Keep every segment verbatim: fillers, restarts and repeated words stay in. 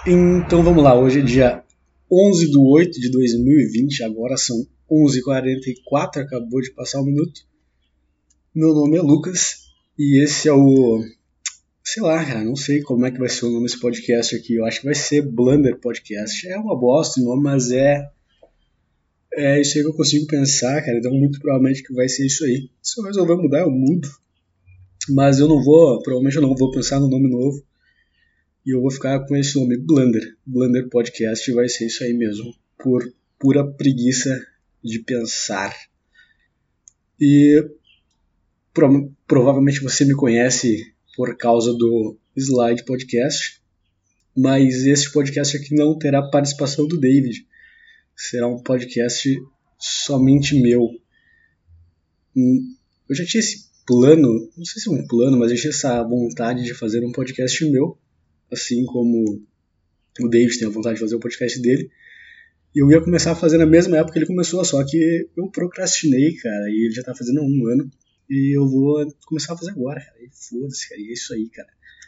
Então vamos lá, hoje é dia onze de oito de dois mil e vinte, agora são onze e quarenta e quatro, acabou de passar um minuto. Meu nome é Lucas e esse é o... sei lá, cara, não sei como é que vai ser o nome desse podcast aqui, eu acho que vai ser Blunder Podcast. É uma bosta o nome, mas é... é isso aí que eu consigo pensar, cara, então muito provavelmente que vai ser isso aí. Se eu resolver mudar, eu mudo, mas eu não vou, provavelmente eu não vou pensar no nome novo. E eu vou ficar com esse nome, Blunder. Blunder Podcast vai ser isso aí mesmo. Por pura preguiça de pensar. E pro, provavelmente você me conhece por causa do Slide Podcast. Mas esse podcast aqui não terá participação do David. Será um podcast somente meu. Eu já tinha esse plano, não sei se é um plano, mas eu tinha essa vontade de fazer um podcast meu. Assim como o David tem a vontade de fazer o podcast dele. E eu ia começar a fazer na mesma época que ele começou, só que eu procrastinei, cara, e ele já tá fazendo há um ano. E eu vou começar a fazer agora, cara. E foda-se, cara, e é isso aí, cara.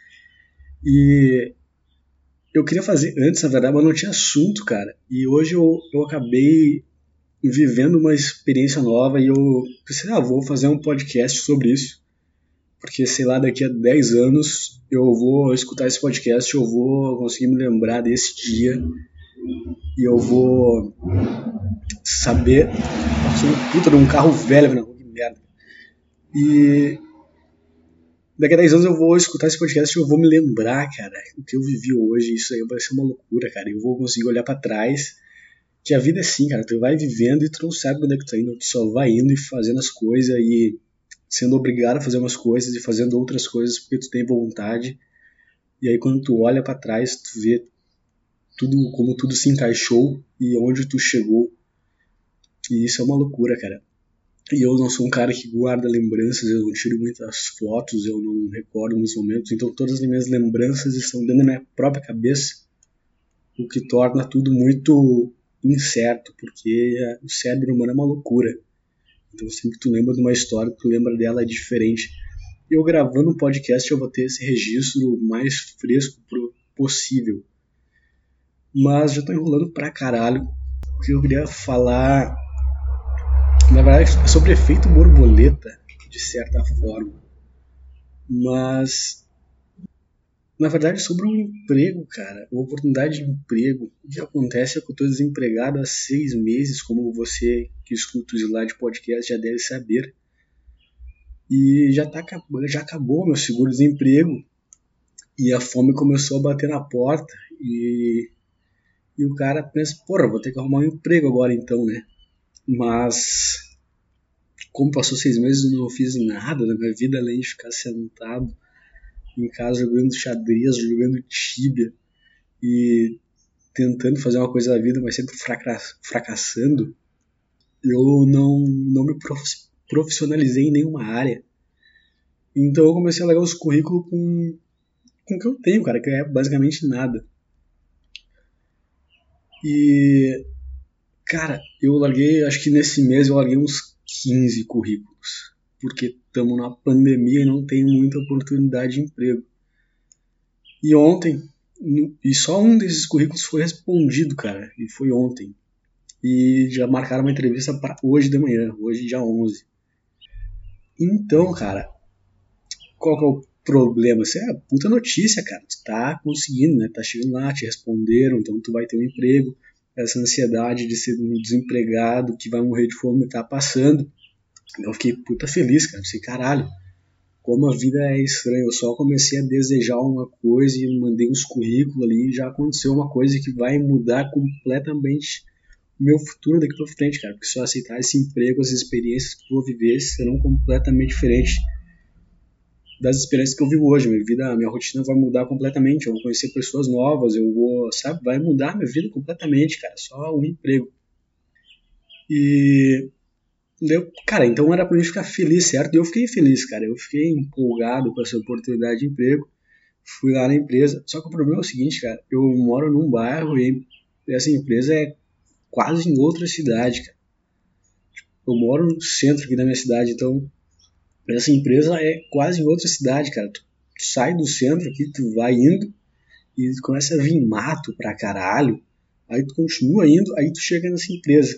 E eu queria fazer antes, na verdade, mas não tinha assunto, cara. E hoje eu, eu acabei vivendo uma experiência nova e eu pensei, ah, vou fazer um podcast sobre isso. Porque, sei lá, daqui a dez anos eu vou escutar esse podcast, eu vou conseguir me lembrar desse dia e eu vou saber... Passou um puta de um carro velho na rua, que merda. E daqui a dez anos eu vou escutar esse podcast e eu vou me lembrar, cara, o que eu vivi hoje. Isso aí vai ser uma loucura, cara. Eu vou conseguir olhar pra trás, que a vida é assim, cara. Tu vai vivendo e tu não sabe onde é que tu tá indo. Tu só vai indo e fazendo as coisas e sendo obrigado a fazer umas coisas e fazendo outras coisas porque tu tem vontade. E aí quando tu olha pra trás, tu vê tudo, como tudo se encaixou e onde tu chegou. E isso é uma loucura, cara. E eu não sou um cara que guarda lembranças, eu não tiro muitas fotos, eu não recordo muitos momentos, então todas as minhas lembranças estão dentro da minha própria cabeça, o que torna tudo muito incerto, porque o cérebro humano é uma loucura. Então sempre que tu lembra de uma história, tu lembra dela é diferente. Eu gravando um podcast eu vou ter esse registro mais fresco possível. Mas já tô enrolando pra caralho. O que eu queria falar, na verdade, é sobre efeito borboleta, de certa forma. Mas, na verdade, sobre um emprego, cara. Uma oportunidade de emprego. O que acontece é que eu tô desempregado há seis meses, como você que escuta o Slide Podcast já deve saber. E já, tá, já acabou meu seguro-desemprego. E a fome começou a bater na porta. E, e o cara pensa, porra, vou ter que arrumar um emprego agora então, né? Mas, como passou seis meses, eu não fiz nada na minha vida além de ficar sentado em casa jogando xadrez, jogando Tibia e tentando fazer uma coisa da vida, mas sempre fracassando. Eu não, não me profissionalizei em nenhuma área. Então eu comecei a largar os currículos com, com o que eu tenho, cara, que é basicamente nada. E, cara, eu larguei, acho que nesse mês eu larguei uns quinze currículos, porque estamos na pandemia e não tem muita oportunidade de emprego. E ontem, e só um desses currículos foi respondido, cara, e foi ontem. E já marcaram uma entrevista para hoje de manhã, hoje dia onze. Então, cara, qual que é o problema? Isso é puta notícia, cara. Tu tá conseguindo, né? Tá chegando lá, te responderam, então tu vai ter um emprego. Essa ansiedade de ser um desempregado que vai morrer de fome tá passando. Eu fiquei puta feliz, cara. Eu pensei, caralho, como a vida é estranha. Eu só comecei a desejar uma coisa e mandei uns currículos ali e já aconteceu uma coisa que vai mudar completamente o meu futuro daqui pra frente, cara. Porque se eu aceitar esse emprego, as experiências que eu vou viver serão completamente diferentes das experiências que eu vivo hoje. Minha vida, minha rotina vai mudar completamente. Eu vou conhecer pessoas novas, eu vou, sabe, vai mudar minha vida completamente, cara. Só um emprego. E eu, cara, então era pra mim ficar feliz, certo? E eu fiquei feliz, cara. Eu fiquei empolgado com essa oportunidade de emprego. Fui lá na empresa. Só que o problema é o seguinte, cara. Eu moro num bairro e essa empresa é quase em outra cidade, cara. Eu moro no centro aqui da minha cidade, então essa empresa é quase em outra cidade, cara. Tu sai do centro aqui, tu vai indo e começa a vir mato pra caralho, aí tu continua indo, aí tu chega nessa empresa.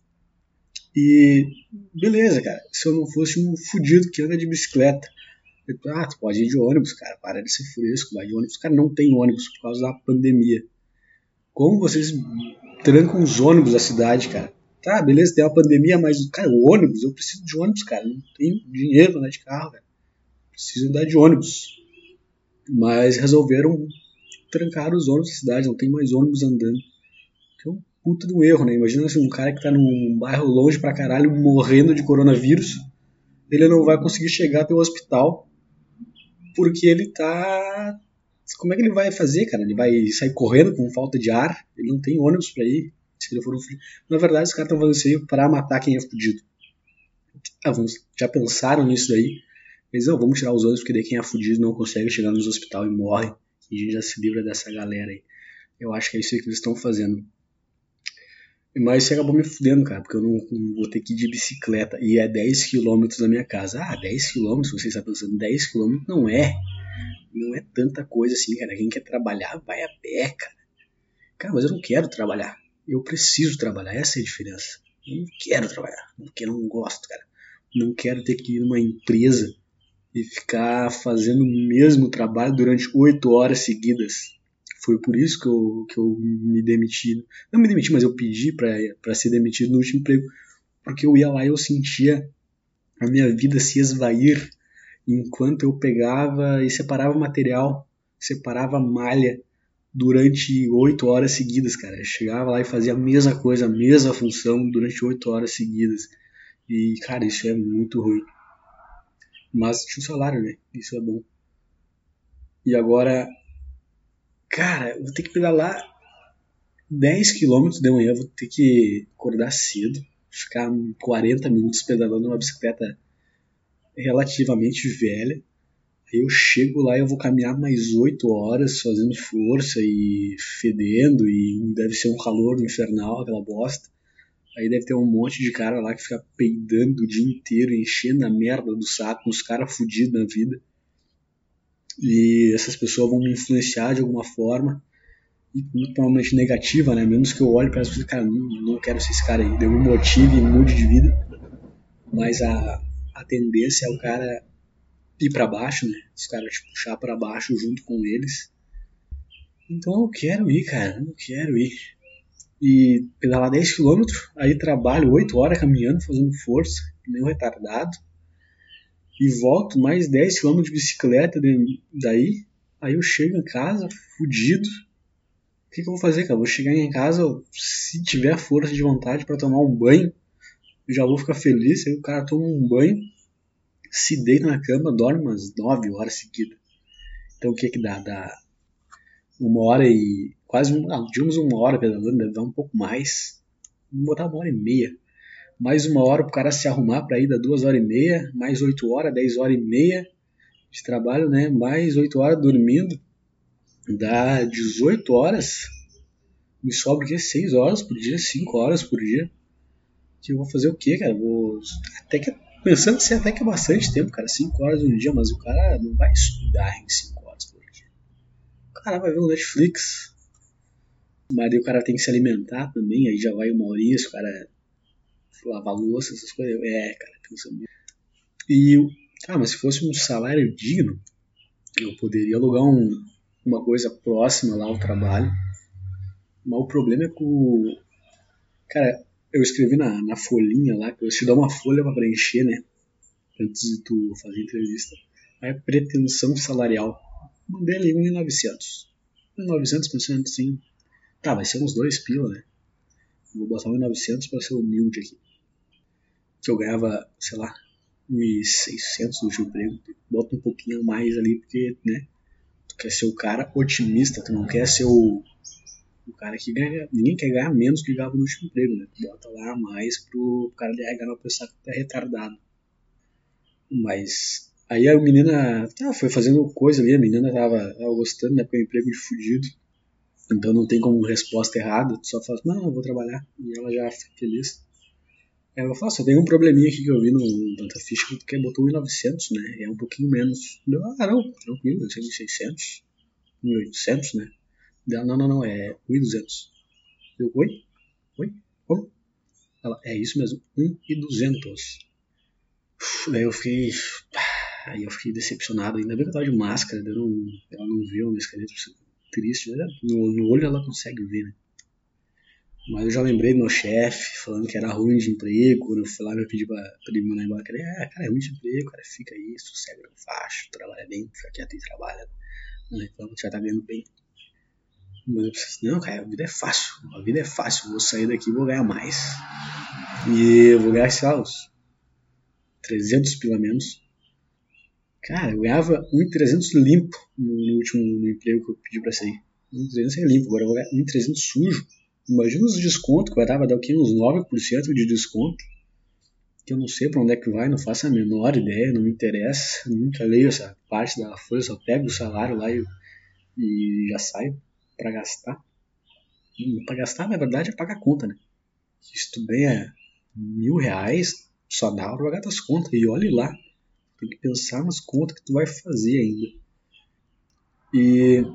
E beleza, cara, se eu não fosse um fudido que anda de bicicleta, eu, ah, tu pode ir de ônibus, cara, para de ser fresco, vai de ônibus. Cara, não tem ônibus por causa da pandemia. Como vocês trancam os ônibus da cidade, cara? Tá, beleza, tem uma pandemia, mas, cara, o ônibus, eu preciso de ônibus, cara, não tenho dinheiro pra andar de carro, cara. Preciso andar de ônibus. Mas resolveram trancar os ônibus da cidade, não tem mais ônibus andando. Que é um puta de um erro, né? Imagina assim, um cara que tá num bairro longe pra caralho, morrendo de coronavírus, ele não vai conseguir chegar até o hospital porque ele tá... Como é que ele vai fazer, cara? Ele vai sair correndo com falta de ar? Ele não tem ônibus pra ir. Se ele for um fudido. Na verdade, os caras estão fazendo isso aí pra matar quem é fudido. Ah, vamos, já pensaram nisso daí? Mas não, vamos tirar os ônibus porque daí quem é fudido não consegue chegar nos hospitais e morre. E a gente já se livra dessa galera aí. Eu acho que é isso aí que eles estão fazendo. Mas isso acabou me fudendo, cara, porque eu não, não vou ter que ir de bicicleta. E é dez quilômetros da minha casa. Ah, dez quilômetros, você está pensando, dez quilômetros não é. Não é tanta coisa assim, cara. Quem quer trabalhar, vai a pé, cara. Cara, mas eu não quero trabalhar. Eu preciso trabalhar, essa é a diferença. Eu não quero trabalhar, porque eu não gosto, cara. Não quero ter que ir numa empresa e ficar fazendo o mesmo trabalho durante oito horas seguidas. Foi por isso que eu, que eu me demiti. Não me demiti, mas eu pedi para ser demitido no último emprego. Porque eu ia lá e eu sentia a minha vida se esvair enquanto eu pegava e separava material, separava malha durante oito horas seguidas, cara. Eu chegava lá e fazia a mesma coisa, a mesma função durante oito horas seguidas. E, cara, isso é muito ruim. Mas tinha um salário, né? Isso é bom. E agora, cara, eu vou ter que pedalar dez quilômetros de manhã, vou ter que acordar cedo, ficar quarenta minutos pedalando uma bicicleta relativamente velha. Aí eu chego lá e eu vou caminhar mais oito horas fazendo força e fedendo, e deve ser um calor infernal aquela bosta. Aí deve ter um monte de cara lá que fica peidando o dia inteiro, enchendo a merda do saco, uns caras fudidos na vida. E essas pessoas vão me influenciar de alguma forma, e muito provavelmente negativa, né? Menos que eu olhe para as pessoas, cara, não, não quero ser esse cara aí, eu me motive e mude de vida. Mas a, a tendência é o cara ir para baixo, né? Os caras te puxar para baixo junto com eles. Então eu quero ir, cara, eu quero ir. E pedalar dez quilômetros, aí trabalho oito horas caminhando, fazendo força, meio retardado. E volto mais dez quilômetros de bicicleta daí. Aí eu chego em casa, fudido. O que, que eu vou fazer, cara? Eu vou chegar em casa, se tiver força de vontade para tomar um banho, eu já vou ficar feliz. Aí o cara toma um banho, se deita na cama, dorme umas nove horas seguidas. Então o que que dá? Dá uma hora e... quase, ah, digamos uma hora pedalando, deve dar um pouco mais. Vamos botar uma hora e meia. Mais uma hora pro cara se arrumar pra ir, dá duas horas e meia. Mais oito horas, dez horas e meia de trabalho, né? Mais oito horas dormindo. Dá dezoito horas. Me sobra o quê? seis horas por dia, cinco horas por dia. Que eu vou fazer o quê, cara? Vou... Até que... Pensando que até que é bastante tempo, cara. cinco horas no dia, mas o cara não vai estudar em cinco horas por dia. O cara vai ver o Netflix. Mas aí o cara tem que se alimentar também, aí já vai uma horinha, se o cara lavar louça, essas coisas. É, cara, pensando nisso. E, ah, mas se fosse um salário digno, eu poderia alugar um, uma coisa próxima lá ao trabalho. Mas o problema é que o... Cara, eu escrevi na, na folhinha lá, que eu te dou uma folha pra preencher, né? Antes de tu fazer entrevista. Aí a pretensão salarial. Mandei ali um mil e novecentos. mil e novecentos pensando assim. Tá, vai ser uns dois pila, né? Vou botar mil e novecentos pra ser humilde aqui. Que eu ganhava, sei lá, mil e seiscentos no último emprego. Bota um pouquinho a mais ali, porque, né? Tu quer ser o cara otimista, tu não quer ser o, o cara que ganha. Ninguém quer ganhar menos que ganhava no último emprego, né? Tu bota lá a mais pro cara derregar não pensar que tu é retardado. Mas aí a menina tá, foi fazendo coisa ali, a menina tava, tava gostando, né? Porque é um emprego de fudido. Então não tem como resposta errada, tu só fala, não, eu vou trabalhar. E ela já fica feliz. Ela fala, só tem um probleminha aqui que eu vi no Data Fish, que tu quer botou mil e novecentos, né? É um pouquinho menos. Eu, ah, não, tranquilo, eu sei mil e seiscentos, mil e oitocentos, né? Ela, não, não, não, é um e duzentos. Eu, oi? Oi? Como? Ela, é isso mesmo, um e duzentos. Daí eu fiquei... Aí eu fiquei decepcionado, ainda bem que eu tava de máscara, eu não, ela não viu a minha caneta triste, né? no, no olho ela consegue ver, né? Mas eu já lembrei do meu chefe falando que era ruim de emprego, quando eu fui lá me pedir pra, pra ele me mandar embora. Ele, ah, cara, é ruim de emprego, cara, fica aí, sossega, não faz, trabalha bem, fica quieto e trabalha. Não reclama, já tá ganhando bem. Mas eu preciso, não, cara, a vida é fácil, a vida é fácil, eu vou sair daqui e vou ganhar mais. E eu vou ganhar, sei lá, uns trezentos pelo menos. Cara, eu ganhava um e trezentos limpo no último no emprego que eu pedi pra sair. um e trezentos é limpo, agora eu vou ganhar um e trezentos sujo. Imagina os descontos que vai dar, vai dar o quê? Uns nove por cento de desconto. Que eu não sei pra onde é que vai, não faço a menor ideia, não me interessa. Nunca leio essa parte da folha, só pego o salário lá e, e já saio pra gastar. E pra gastar, na verdade, é pagar a conta, né? Se tu ganha mil reais, só dá pra pagar tuas contas. E olhe lá, tem que pensar nas contas que tu vai fazer ainda. E...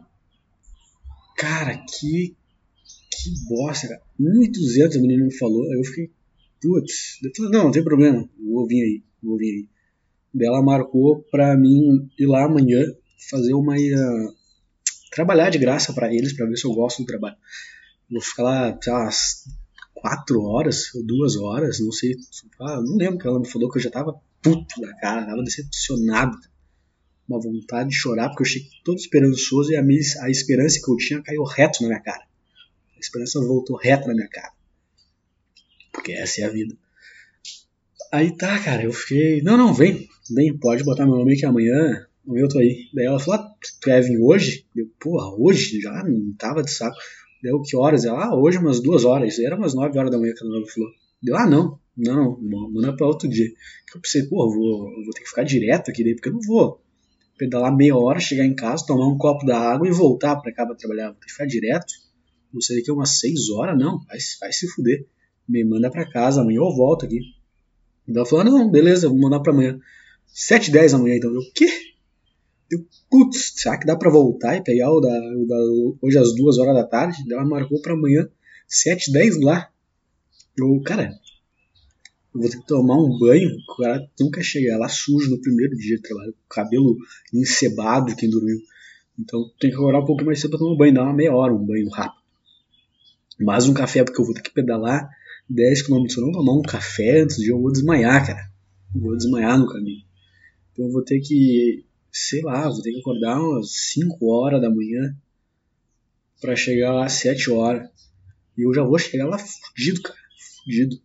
Cara, que... Que bosta, cara. um e duzentos a menina me falou, aí eu fiquei... Putz, eu falei, não, não tem problema, vou vir aí, vou vir aí. Daí ela marcou pra mim ir lá amanhã fazer uma... Uh, trabalhar de graça pra eles, pra ver se eu gosto do trabalho. Vou ficar lá, sei lá, umas quatro horas ou duas horas, não sei. Ah, não lembro que ela me falou que eu já tava puto da cara, tava decepcionado. Uma vontade de chorar, porque eu cheguei todo esperançoso e a, minha, a esperança que eu tinha caiu reto na minha cara. A esperança voltou reto na minha cara. Porque essa é a vida. Aí tá, cara, eu fiquei... Não, não, vem, vem, pode botar meu nome aqui amanhã, amanhã eu tô aí. Daí ela falou, ah, tu quer vir hoje? Eu, porra, hoje? Já não tava de saco. Deu que horas? Ela, ah, hoje umas duas horas. Isso era umas nove horas da manhã que ela falou. Deu, ah, não, não, não, manda pra outro dia. Eu pensei, porra, eu vou, eu vou ter que ficar direto aqui daí, porque eu não vou pedalar meia hora, chegar em casa, tomar um copo da água e voltar pra cá pra trabalhar. Vou ter que ficar direto. Não sei daqui umas seis horas, não, vai, vai se fuder. Me manda pra casa, amanhã eu volto aqui. Então ela falou, não, beleza, vou mandar pra amanhã. sete e dez da manhã, então. Eu, o quê? Eu, putz, será que dá pra voltar e pegar o da, o da hoje às duas horas da tarde? Ela marcou pra amanhã, sete e dez lá. Eu, cara, eu vou ter que tomar um banho, o cara nunca chega lá sujo no primeiro dia de trabalho, cabelo encebado quem dormiu. Então tem que acordar um pouco mais cedo pra tomar um banho, dar uma meia hora, um banho rápido. Mais um café, porque eu vou ter que pedalar dez quilômetros. Se eu não tomar um café antes de eu vou desmaiar, cara. Eu vou desmaiar no caminho. Então eu vou ter que, sei lá, vou ter que acordar umas cinco horas da manhã pra chegar lá às sete horas. E eu já vou chegar lá fudido, cara. Fudido.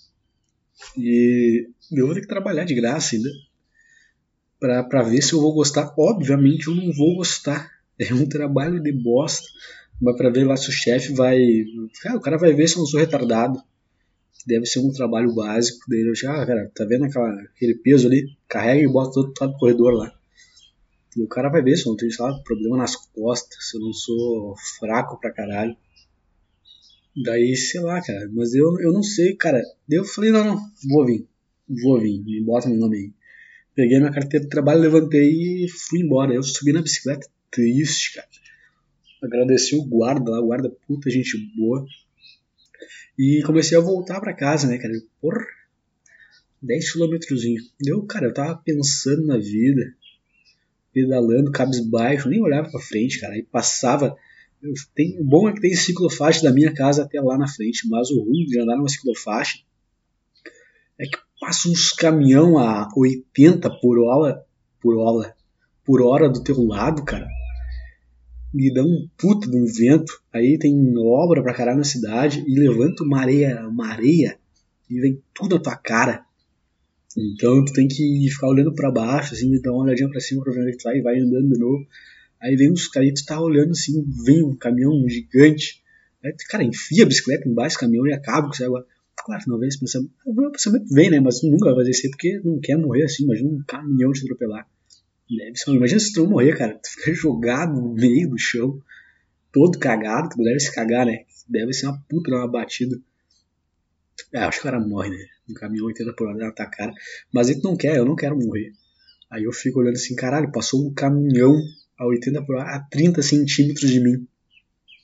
E eu vou ter que trabalhar de graça ainda. Pra, pra ver se eu vou gostar. Obviamente eu não vou gostar. É um trabalho de bosta. Mas pra ver lá se o chefe vai... Cara, o cara vai ver se eu não sou retardado. Deve ser um trabalho básico dele. Eu já, ah, cara, tá vendo aquela, aquele peso ali? Carrega e bota todo lado do corredor lá. E o cara vai ver se eu não tenho, sei lá, problema nas costas, se eu não sou fraco pra caralho. Daí, sei lá, cara, mas eu, eu não sei, cara. Daí eu falei, não, não, vou vir, vou vir, me bota meu nome aí. Peguei minha carteira de trabalho, levantei e fui embora. Eu subi na bicicleta, triste, cara. Agradeci o guarda lá, o guarda puta gente boa. E comecei a voltar pra casa, né, cara? Porra, dez quilômetrozinho. Eu, cara, eu tava pensando na vida, pedalando, cabisbaixo, nem olhava pra frente, cara. Aí passava. Eu, tem, o bom é que tem ciclofaixa da minha casa até lá na frente, mas o ruim de andar numa ciclofaixa é que passa uns caminhão a oitenta por hora, por hora, por hora do teu lado, cara. E dá um puta de um vento. Aí tem obra pra caralho na cidade e levanta uma areia, uma areia e vem tudo na tua cara. Então tu tem que ficar olhando pra baixo, assim, dar uma olhadinha pra cima pra ver onde é que tu vai e vai andando de novo. Aí vem uns caras e tu tá olhando assim, vem um caminhão gigante. Aí tu, cara, enfia a bicicleta embaixo do caminhão e acaba com isso agora. Claro que não vem esse pensamento. O pensamento vem, né? Mas tu nunca vai fazer isso aí porque não quer morrer assim. Imagina um caminhão te atropelar. Deve ser, imagina se tu não morrer, cara. Tu fica jogado no meio do chão, todo cagado, que tu deve se cagar, né? Deve ser uma puta uma batida. É, acho que o cara morre, né? Um caminhão oitenta por hora na tua cara. Mas aí tu não quer, eu não quero morrer. Aí eu fico olhando assim, caralho, passou um caminhão a oitenta por hora a trinta centímetros de mim.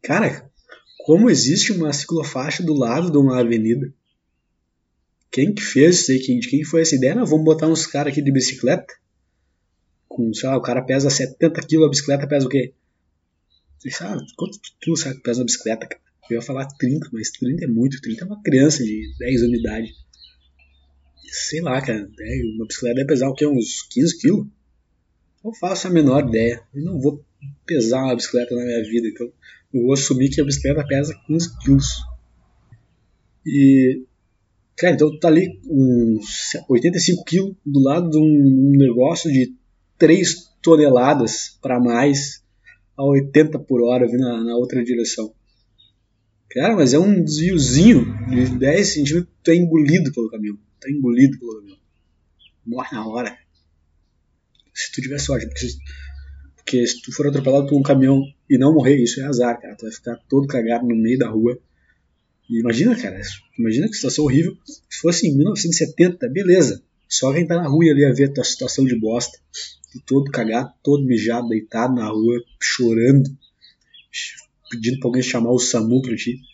Cara, como existe uma ciclofaixa do lado de uma avenida? Quem que fez isso aí? Quem, de quem foi essa ideia? Não, vamos botar uns caras aqui de bicicleta. Com, sei lá, o cara pesa setenta quilos, a bicicleta pesa o quê? Sabe, quantos quilos será que pesa uma bicicleta, cara? Eu ia falar trinta, mas trinta é muito. trinta é uma criança de dez anos de idade. Sei lá, cara. Uma bicicleta deve pesar o quê? Uns quinze quilos? Eu faço a menor ideia. Eu não vou pesar uma bicicleta na minha vida. Então eu vou assumir que a bicicleta pesa quinze quilos. E... Cara, então tu tá ali uns oitenta e cinco quilos do lado de um, um negócio de três toneladas para mais a oitenta por hora vindo na, na outra direção. Cara, mas é um desviozinho de dez centímetros, tu é engolido pelo caminhão. Tu é engolido pelo caminhão. Morre na hora. Se tu tiver sorte, porque se, porque se tu for atropelado por um caminhão e não morrer, isso é azar, cara. Tu vai ficar todo cagado no meio da rua. E imagina, cara, imagina que situação horrível. Se fosse em mil novecentos e setenta, beleza. Só quem tá na rua ali ia ver a tua situação de bosta. Tu todo cagado, todo mijado, deitado na rua, chorando, pedindo pra alguém chamar o SAMU pra ti.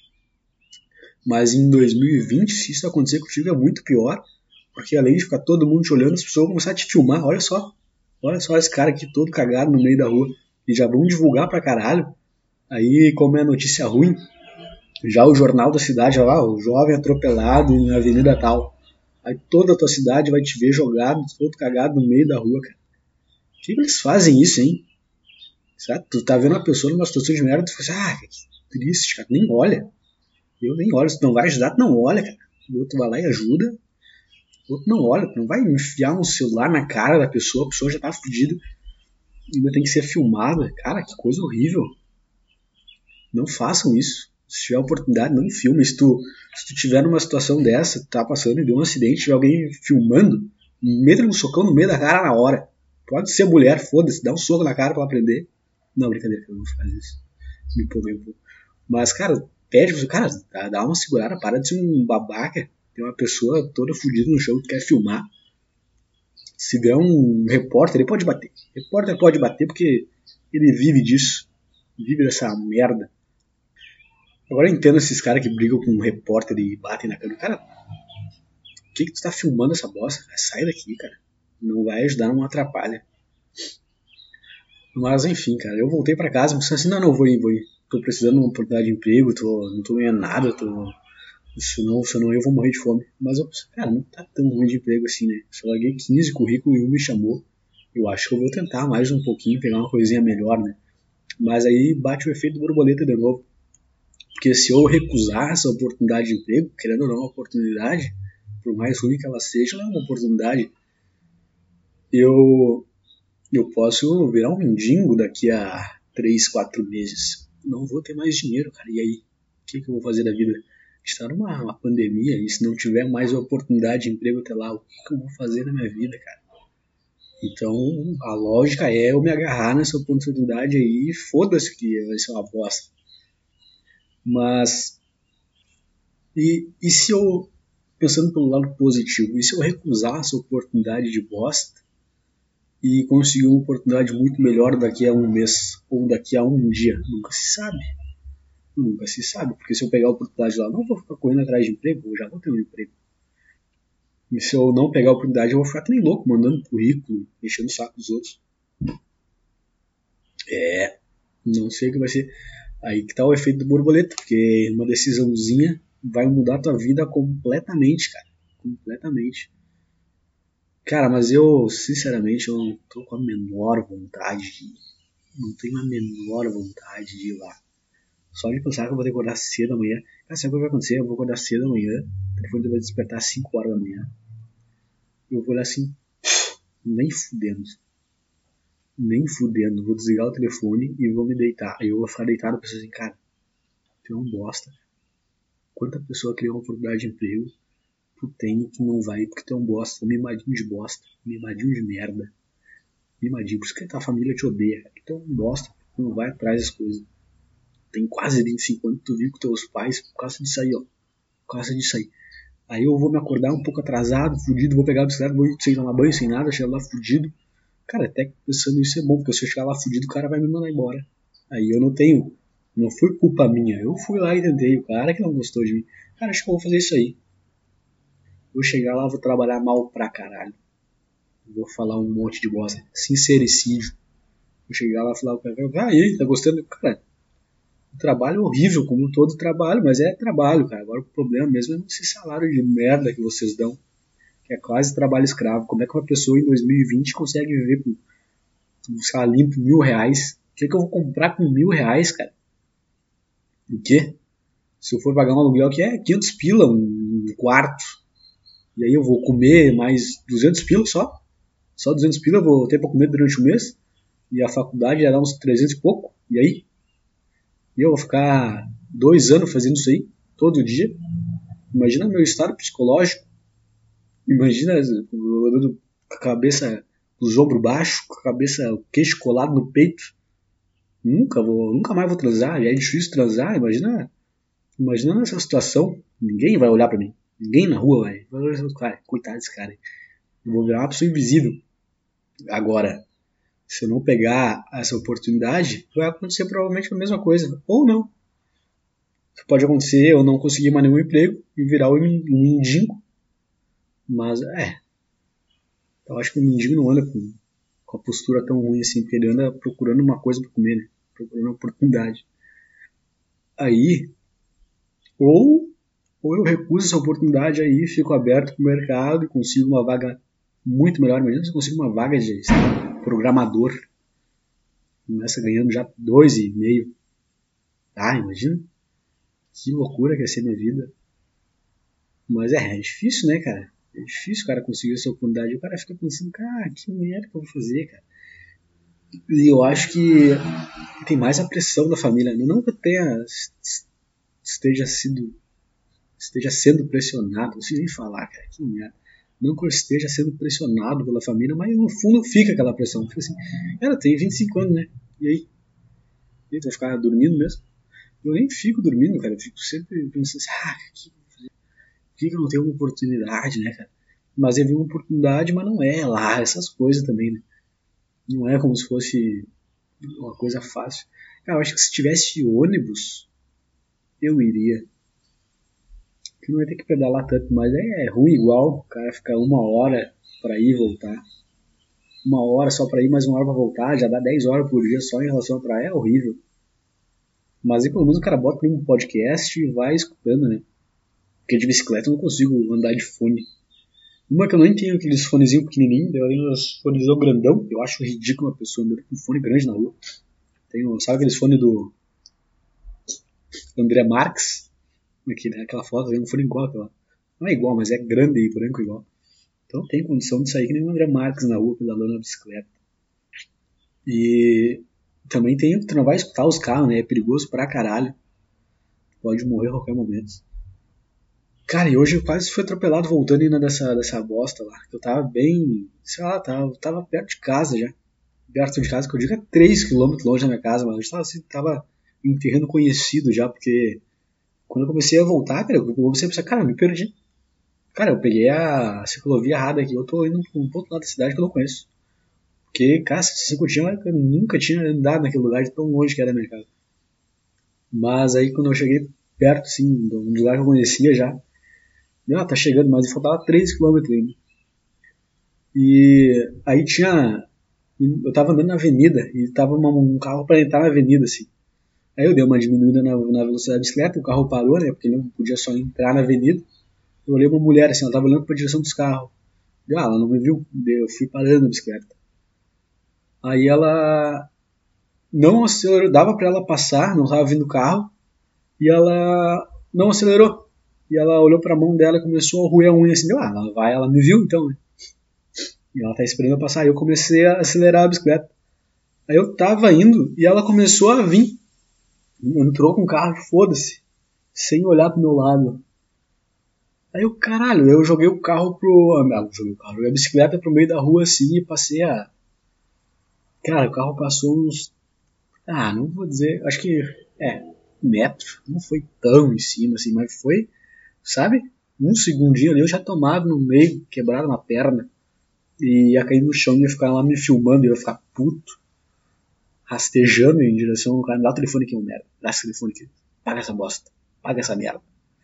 Mas em dois mil e vinte, se isso acontecer contigo, é muito pior. Porque além de ficar todo mundo te olhando, as pessoas vão começar a te filmar. Olha só, olha só esse cara aqui todo cagado no meio da rua. E já vão divulgar pra caralho. Aí, como é notícia ruim, já o jornal da cidade, lá, o jovem atropelado na avenida tal. Aí toda a tua cidade vai te ver jogado, todo cagado no meio da rua, cara. Por que eles fazem isso, hein? Sabe? Tu tá vendo uma pessoa numa situação de merda, tu fala assim, ah, que triste, cara, nem olha. Eu nem olho, se tu não vai ajudar, tu não olha, cara. O outro vai lá e ajuda, o outro não olha, tu não vai enfiar um celular na cara da pessoa, a pessoa já tá fodida, ainda tem que ser filmada. Cara, que coisa horrível. Não façam isso. Se tiver oportunidade, não filme. Se tu, se tu tiver numa situação dessa, tu tá passando e deu um acidente, tiver alguém filmando, meta um socão no meio da cara na hora. Pode ser mulher, foda-se, dá um soco na cara pra ela aprender. Não, brincadeira, eu não faço isso. Me empolguei um pouco. Mas, cara, pede pro cara, dá uma segurada, para de ser um babaca. Tem uma pessoa toda fodida no chão que tu quer filmar. Se der um repórter, ele pode bater. Repórter pode bater porque ele vive disso. Vive dessa merda. Agora eu entendo esses caras que brigam com um repórter e batem na câmera. Cara, por que, que tu tá filmando essa bosta? Sai daqui, cara. Não vai ajudar, não atrapalha. Mas enfim, cara, eu voltei pra casa pensando assim, não, não, vou ir, vou ir. Tô precisando de uma oportunidade de emprego, tô, não tô ganhando nada, tô... Senão, senão eu vou morrer de fome. Mas eu pensei, cara, não tá tão ruim de emprego assim, né? Só larguei quinze currículos e um me chamou. Eu acho que eu vou tentar mais um pouquinho, pegar uma coisinha melhor, né? Mas aí bate o efeito borboleta de novo. Porque se eu recusar essa oportunidade de emprego, querendo ou não uma oportunidade, por mais ruim que ela seja, ela é uma oportunidade. Eu, eu posso virar um mendigo daqui a três, quatro meses. Não vou ter mais dinheiro, cara. E aí? O que, que eu vou fazer da vida? Está numa uma pandemia e se não tiver mais oportunidade de emprego até lá, o que, que eu vou fazer na minha vida, cara? Então, a lógica é eu me agarrar nessa oportunidade aí e foda-se que vai ser uma bosta. Mas, e, e se eu, pensando pelo lado positivo, e se eu recusar essa oportunidade de bosta e conseguir uma oportunidade muito melhor daqui a um mês ou daqui a um dia? Nunca se sabe. Nunca se sabe, porque se eu pegar a oportunidade lá, não vou ficar correndo atrás de emprego, eu já vou ter um emprego. E se eu não pegar a oportunidade, eu vou ficar que nem louco, mandando currículo, enchendo o saco dos outros. É, não sei o que vai ser. Aí que tá o efeito do borboleta, porque uma decisãozinha vai mudar a tua vida completamente, cara. Completamente. Cara, mas eu, sinceramente, eu não tô com a menor vontade de ir. Não tenho a menor vontade de ir lá. Só de pensar que eu vou ter que acordar cedo amanhã. Cara, sabe o que vai acontecer? Eu vou acordar cedo amanhã. O telefone vai despertar às cinco horas da manhã. Eu vou olhar assim, nem fudendo. Nem fudendo. Vou desligar o telefone e vou me deitar. Aí eu vou ficar deitado pensando assim, cara, tu é um bosta. Quanta pessoa cria uma oportunidade de emprego, tu tem que não vai porque tu é um bosta. Um mimadinho de bosta. Um mimadinho de merda. Mimadinho. Por isso que a tua família te odeia, cara. Tu é um bosta. Tu não vai atrás das coisas. Tem quase vinte e cinco anos, tu viu com teus pais por causa disso aí, ó. Por causa disso aí. Aí eu vou me acordar um pouco atrasado, fudido, vou pegar a bicicleta, vou sem tomar banho, sem nada, chegar lá fudido. Cara, até que pensando isso é bom, porque se eu chegar lá fudido, o cara vai me mandar embora. Aí eu não tenho Não foi culpa minha. Eu fui lá e tentei. O cara que não gostou de mim. Cara, acho que eu vou fazer isso aí. Vou chegar lá, vou trabalhar mal pra caralho. Vou falar um monte de bosta. Sincericídio. Vou chegar lá e falar, ah, e aí, tá gostando? Cara, o trabalho é horrível, como todo trabalho, mas é trabalho, cara. Agora o problema mesmo é esse salário de merda que vocês dão, que é quase trabalho escravo. Como é que uma pessoa em dois mil e vinte consegue viver com, sei lá, limpo mil reais? O que, é que eu vou comprar com mil reais, cara? O quê? Se eu for pagar um aluguel que é quinhentos pila, um quarto, e aí eu vou comer mais duzentos pila só? Só duzentos pila eu vou ter pra comer durante o mês? E a faculdade ia dar uns trezentos e pouco? E aí? E eu vou ficar dois anos fazendo isso aí, todo dia? Imagina meu estado psicológico. Imagina eu com a cabeça, os ombros baixos, com a cabeça, o queixo colado no peito. Nunca vou, nunca mais vou transar. Já é difícil transar. Imagina, imagina nessa situação. Ninguém vai olhar pra mim. Ninguém na rua vai. Vai olhar, cara, coitado desse cara. Eu vou virar uma pessoa invisível. Agora, se eu não pegar essa oportunidade, vai acontecer provavelmente a mesma coisa. Ou não. Pode acontecer eu não conseguir mais nenhum emprego e virar um mendigo. Mas, é. Eu acho que o mendigo não anda com, com a postura tão ruim assim, porque ele anda procurando uma coisa pra comer, né? Procurando uma oportunidade. Aí, ou, ou eu recuso essa oportunidade aí, fico aberto pro mercado e consigo uma vaga muito melhor. Imagina se eu consigo uma vaga de sabe, programador. Começa ganhando já dois e meio. Ah, imagina. Que loucura que ia ser minha vida. Mas é, é difícil, né, cara? É difícil o cara conseguir essa oportunidade. O cara fica pensando, cara, que merda que eu vou fazer, cara? E eu acho que tem mais a pressão da família. Não que eu tenha, esteja, sido, esteja sendo pressionado, não preciso nem falar, cara, que merda. Não que eu esteja sendo pressionado pela família, mas no fundo fica aquela pressão. Fica assim, cara, tem vinte e cinco anos, né? E aí? E aí, tu vai ficar dormindo mesmo? Eu nem fico dormindo, cara. Eu fico sempre pensando assim, ah, que por que eu não tenho uma oportunidade, né, cara? Mas eu vi uma oportunidade, mas não é lá, essas coisas também, né? Não é como se fosse uma coisa fácil. Cara, eu acho que se tivesse ônibus, eu iria. Que não ia ter que pedalar tanto, mas é, é ruim igual. O cara ficar uma hora pra ir e voltar. Uma hora só pra ir, mais uma hora pra voltar. Já dá dez horas por dia só em relação à praia. É horrível. Mas aí pelo menos o cara bota um podcast e vai escutando, né? Porque de bicicleta eu não consigo andar de fone. Uma que eu nem tenho aqueles fonezinhos pequenininhos, eu tenho uns fonezão grandão. Eu acho ridículo uma pessoa andando com um fone grande na rua. Tenho, sabe aqueles fones do André Marques? Aqui, né? Aquela foto, tem um fone igual aquela. Não é igual, mas é grande e branco igual. Então tem condição de sair que nem o André Marques na rua pedalando na bicicleta. E também tem, tu não vai escutar os carros, né? É perigoso pra caralho. Pode morrer a qualquer momento. Cara, e hoje eu quase fui atropelado voltando ainda dessa, dessa bosta lá. Eu tava bem, sei lá, tava, tava perto de casa já. Perto de casa, que eu digo é três quilômetros longe da minha casa, mas eu tava, assim, tava em terreno conhecido já, porque quando eu comecei a voltar, cara, eu comecei a pensar, cara, eu me perdi. Cara, eu peguei a ciclovia errada aqui, eu tô indo pra um ponto lá da cidade que eu não conheço. Porque, cara, se eu tinha, eu nunca tinha andado naquele lugar de tão longe que era a minha casa. Mas aí quando eu cheguei perto, assim, do lugar que eu conhecia já, ah, tá chegando, mas faltava três quilômetros ainda. E aí tinha. Eu tava andando na avenida e tava uma, um carro para entrar na avenida, assim. Aí eu dei uma diminuída na, na velocidade da bicicleta, o carro parou, né? Porque ele não podia só entrar na avenida. Eu olhei uma mulher, assim, ela tava olhando pra direção dos carros. Ah, ela não me viu, eu fui parando a bicicleta. Aí ela não acelerou, dava pra ela passar, não tava vindo o carro, e ela não acelerou. E ela olhou pra mão dela e começou a roer a unha assim, ah, ela vai, ela me viu então, né? E ela tá esperando eu passar. Aí eu comecei a acelerar a bicicleta. Aí eu tava indo e ela começou a vir. Entrou com o carro, foda-se. Sem olhar pro meu lado. Aí eu, caralho, eu joguei o carro pro... Não, joguei o carro, joguei a bicicleta pro meio da rua assim e passei a... Cara, o carro passou uns... Ah, não vou dizer... Acho que... É, um metro. Não foi tão em cima assim, mas foi... Sabe? Um segundinho ali eu já tomava no meio, quebrado na perna. E ia cair no chão e ia ficar lá me filmando e eu ia ficar puto. rastejando em direção ao cara, dá o telefone aqui, um merda, dá esse telefone aqui, paga essa bosta, paga essa merda.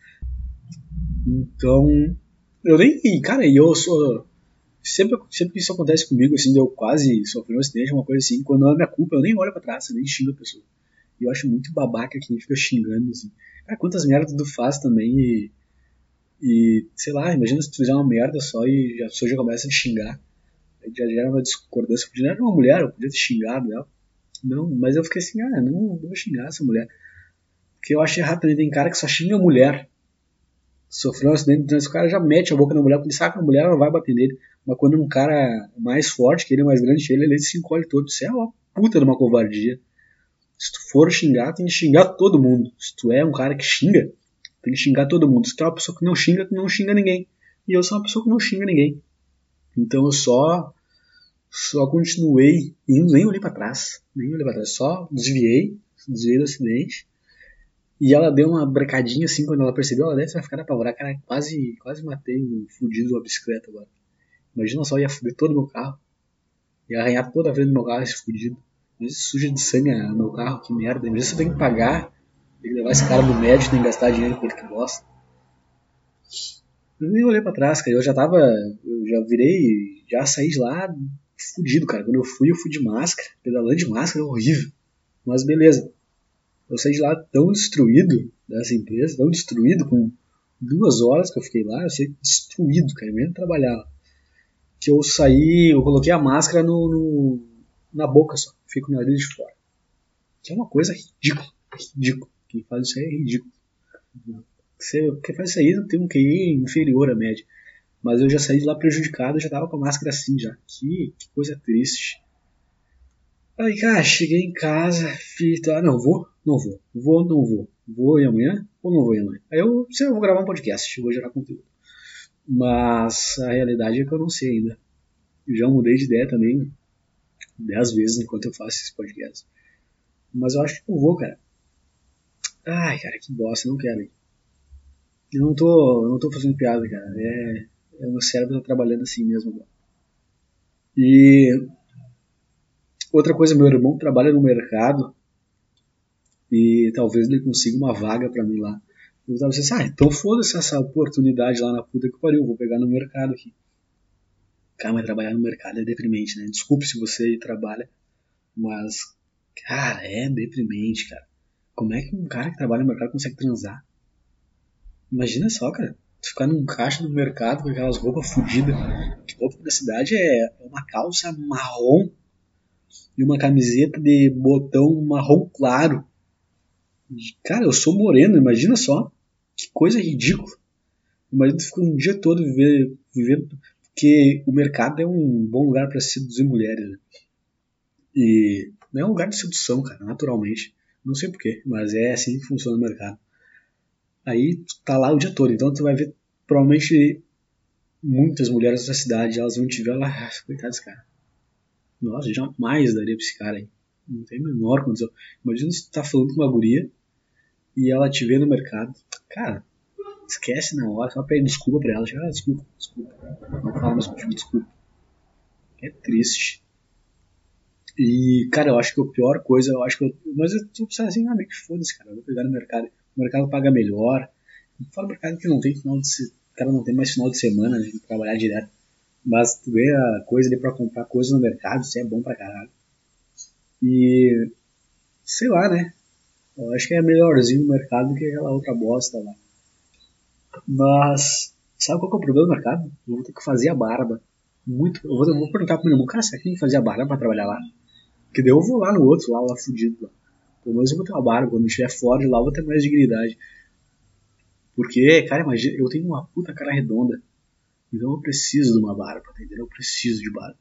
Então, eu nem, cara, e eu sou, sempre, sempre que isso acontece comigo, assim, eu quase sofri um acidente, uma coisa assim, quando não é minha culpa, eu nem olho pra trás, eu nem xingo a pessoa. E eu acho muito babaca quem fica xingando, assim. Cara, quantas merdas tu faz também e, e, sei lá, imagina se tu fizer uma merda só e a pessoa já começa a te xingar. Já gera uma discordância, podia era uma mulher, eu podia ter xingado ela. Não, mas eu fiquei assim, ah, não, não vou xingar essa mulher. Porque eu acho errado também, tem cara que só xinga a mulher. Sofreu um acidente, então o cara já mete a boca na mulher, porque ele sabe que a mulher não vai bater nele. Mas quando um cara mais forte, que ele é mais grande que ele, ele se encolhe todo. Isso é uma puta de uma covardia. Se tu for xingar, tem que xingar todo mundo. Se tu é um cara que xinga, tem que xingar todo mundo. Se tu é uma pessoa que não xinga, tu não xinga ninguém. E eu sou uma pessoa que não xinga ninguém. Então eu só só continuei indo, nem olhei pra trás. Nem olhei pra trás. Só desviei, desviei do acidente. E ela deu uma brecadinha assim quando ela percebeu. Ela deve ter ficado apavorada. Cara, quase, quase matei um fudido da bicicleta agora. Imagina só, ia fuder todo o meu carro. Ia arranhar toda a frente do meu carro esse fudido. Mas suja de sangue no meu carro, que merda. Imagina se eu tenho que pagar, tem que levar esse cara no médico, tem que gastar dinheiro com ele que gosta. Eu nem olhei pra trás, cara. Eu já tava. Eu já virei. Já saí de lá fudido, cara. Quando eu fui, eu fui de máscara. Pedalando de máscara é horrível. Mas beleza. Eu saí de lá tão destruído dessa empresa, tão destruído, com duas horas que eu fiquei lá, eu saí destruído, cara. Mesmo trabalhar. Que eu saí, eu coloquei a máscara no, no na boca só. Fiquei com o nariz de fora. Que é uma coisa ridícula. Ridículo. Quem faz isso aí é ridículo. Quem faz isso aí não tem um Q I inferior à média. Mas eu já saí de lá prejudicado, eu já tava com a máscara assim já. Que, que coisa triste. Aí, cara, cheguei em casa, fiz, ah, não, vou, não vou, vou, não vou. Vou ir amanhã ou não vou ir amanhã? Aí eu, sei, eu vou gravar um podcast, vou gerar conteúdo. Mas a realidade é que eu não sei ainda. Eu já mudei de ideia também dez vezes enquanto eu faço esse podcast. Mas eu acho que eu vou, cara. Ai, cara, que bosta, não quero ir. Eu não tô, eu não tô fazendo piada, cara. É, é o meu cérebro tá trabalhando assim mesmo agora. E outra coisa, meu irmão trabalha no mercado e talvez ele consiga uma vaga pra mim lá. Eu tava assim, ah, então foda-se essa oportunidade lá na puta que pariu, vou pegar no mercado aqui. Cara, mas trabalhar no mercado é deprimente, né? Desculpe se você trabalha, mas, cara, é deprimente, cara. Como é que um cara que trabalha no mercado consegue transar? Imagina só, cara. Tu ficar num caixa do mercado com aquelas roupas fodidas. Que roupa da cidade é uma calça marrom e uma camiseta de botão marrom claro. Cara, eu sou moreno, imagina só. Que coisa ridícula. Imagina tu ficar um dia todo vivendo, vivendo porque o mercado é um bom lugar para seduzir mulheres. Né? E não é um lugar de sedução, cara, naturalmente. Não sei porquê, mas é assim que funciona o mercado. Aí tu tá lá o dia todo, então tu vai ver provavelmente muitas mulheres da cidade, elas vão te ver lá, ah, coitado desse cara. Nossa, jamais daria pra esse cara aí. Não tem a menor condição. Imagina se tu tá falando com uma guria e ela te vê no mercado. Cara, esquece na hora, só pede desculpa pra ela. Ah, desculpa, desculpa. Não fala mais contigo, desculpa. É triste. E, cara, eu acho que a pior coisa, eu acho que eu. Mas eu tô pensando assim, ah, meio que foda-se, cara. Eu vou pegar no mercado. O mercado paga melhor. Fora o mercado que não tem final de se... O cara não tem mais final de semana, né, de trabalhar direto. Mas tu ganha coisa ali pra comprar coisa no mercado, isso é bom pra caralho. E. Sei lá, né? Eu acho que é melhorzinho no mercado do que aquela outra bosta lá. Mas. Sabe qual que é o problema do mercado? Eu vou ter que fazer a barba. Muito. Eu vou, eu vou perguntar pro meu irmão, cara, será que tem que fazer a barba pra trabalhar lá? Porque daí eu vou lá no outro, lá, lá fudido. Lá. Pelo menos eu vou ter uma barba. Quando eu estiver fora de lá, eu vou ter mais dignidade. Porque, cara, imagina, eu tenho uma puta cara redonda. Então eu preciso de uma barba, tá entendendo? Eu preciso de barba.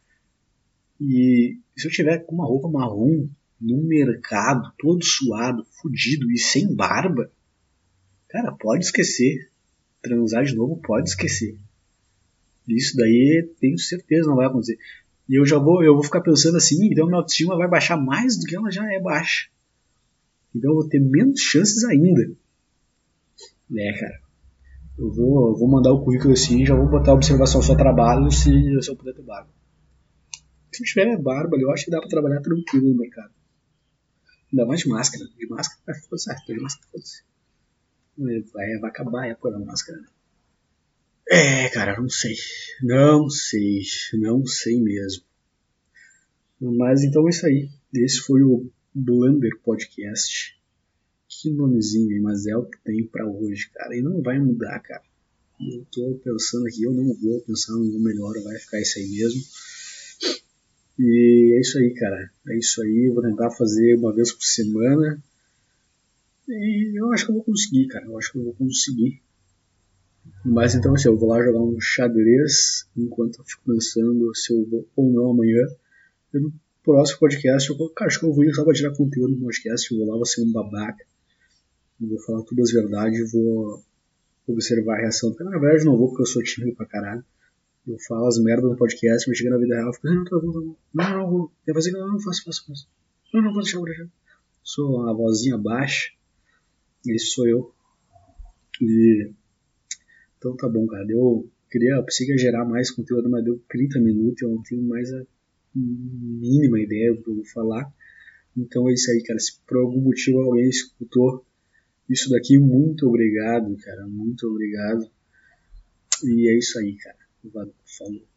E se eu tiver com uma roupa marrom, num mercado, todo suado, fudido e sem barba, cara, pode esquecer. Transar de novo, pode esquecer. Isso daí, tenho certeza, não vai acontecer. E eu já vou, eu vou ficar pensando assim, então minha autoestima vai baixar mais do que ela já é baixa. Então eu vou ter menos chances ainda. É, cara. Eu vou, eu vou mandar o currículo assim, já vou botar a observação só trabalho se, se eu puder ter barba. Se tiver barba ali, eu acho que dá pra trabalhar tranquilo no mercado. Ainda mais de máscara. De máscara vai ficar certo. De máscara, foda-se. Vai, vai acabar a época da máscara. É, cara, não sei. Não sei. Não sei mesmo. Mas então é isso aí. Esse foi o Blunder Podcast. Que nomezinho, hein? Mas é o que tem pra hoje, cara. E não vai mudar, cara. Eu tô pensando aqui, eu não vou pensar no melhor, vai ficar isso aí mesmo. E é isso aí, cara. É isso aí. Eu vou tentar fazer uma vez por semana. E eu acho que eu vou conseguir, cara. Eu acho que eu vou conseguir. Mas então, assim, eu vou lá jogar um xadrez enquanto eu fico pensando se eu vou ou não amanhã. E no próximo podcast, eu cara, acho que eu vou ir só pra tirar conteúdo no podcast. Eu vou lá, vou ser um babaca. Eu vou falar todas as verdades e vou observar a reação. Porque na verdade eu não vou, porque eu sou tímido pra caralho. Eu falo as merdas no podcast, mas chega na vida real, eu fico, não, tá bom, tá bom. Não, não, não vou. Eu fazer, não, não, faço, faço, faço. Não, não, vou deixar, vou deixar. Sou uma vozinha baixa. Esse sou eu. E então tá bom, cara. Eu queria, eu pensei que ia gerar mais conteúdo, mas deu trinta minutos, eu não tenho mais a mínima ideia do que eu vou falar. Então é isso aí, cara. Se por algum motivo alguém escutou isso daqui, muito obrigado, cara. Muito obrigado. E é isso aí, cara. Falou.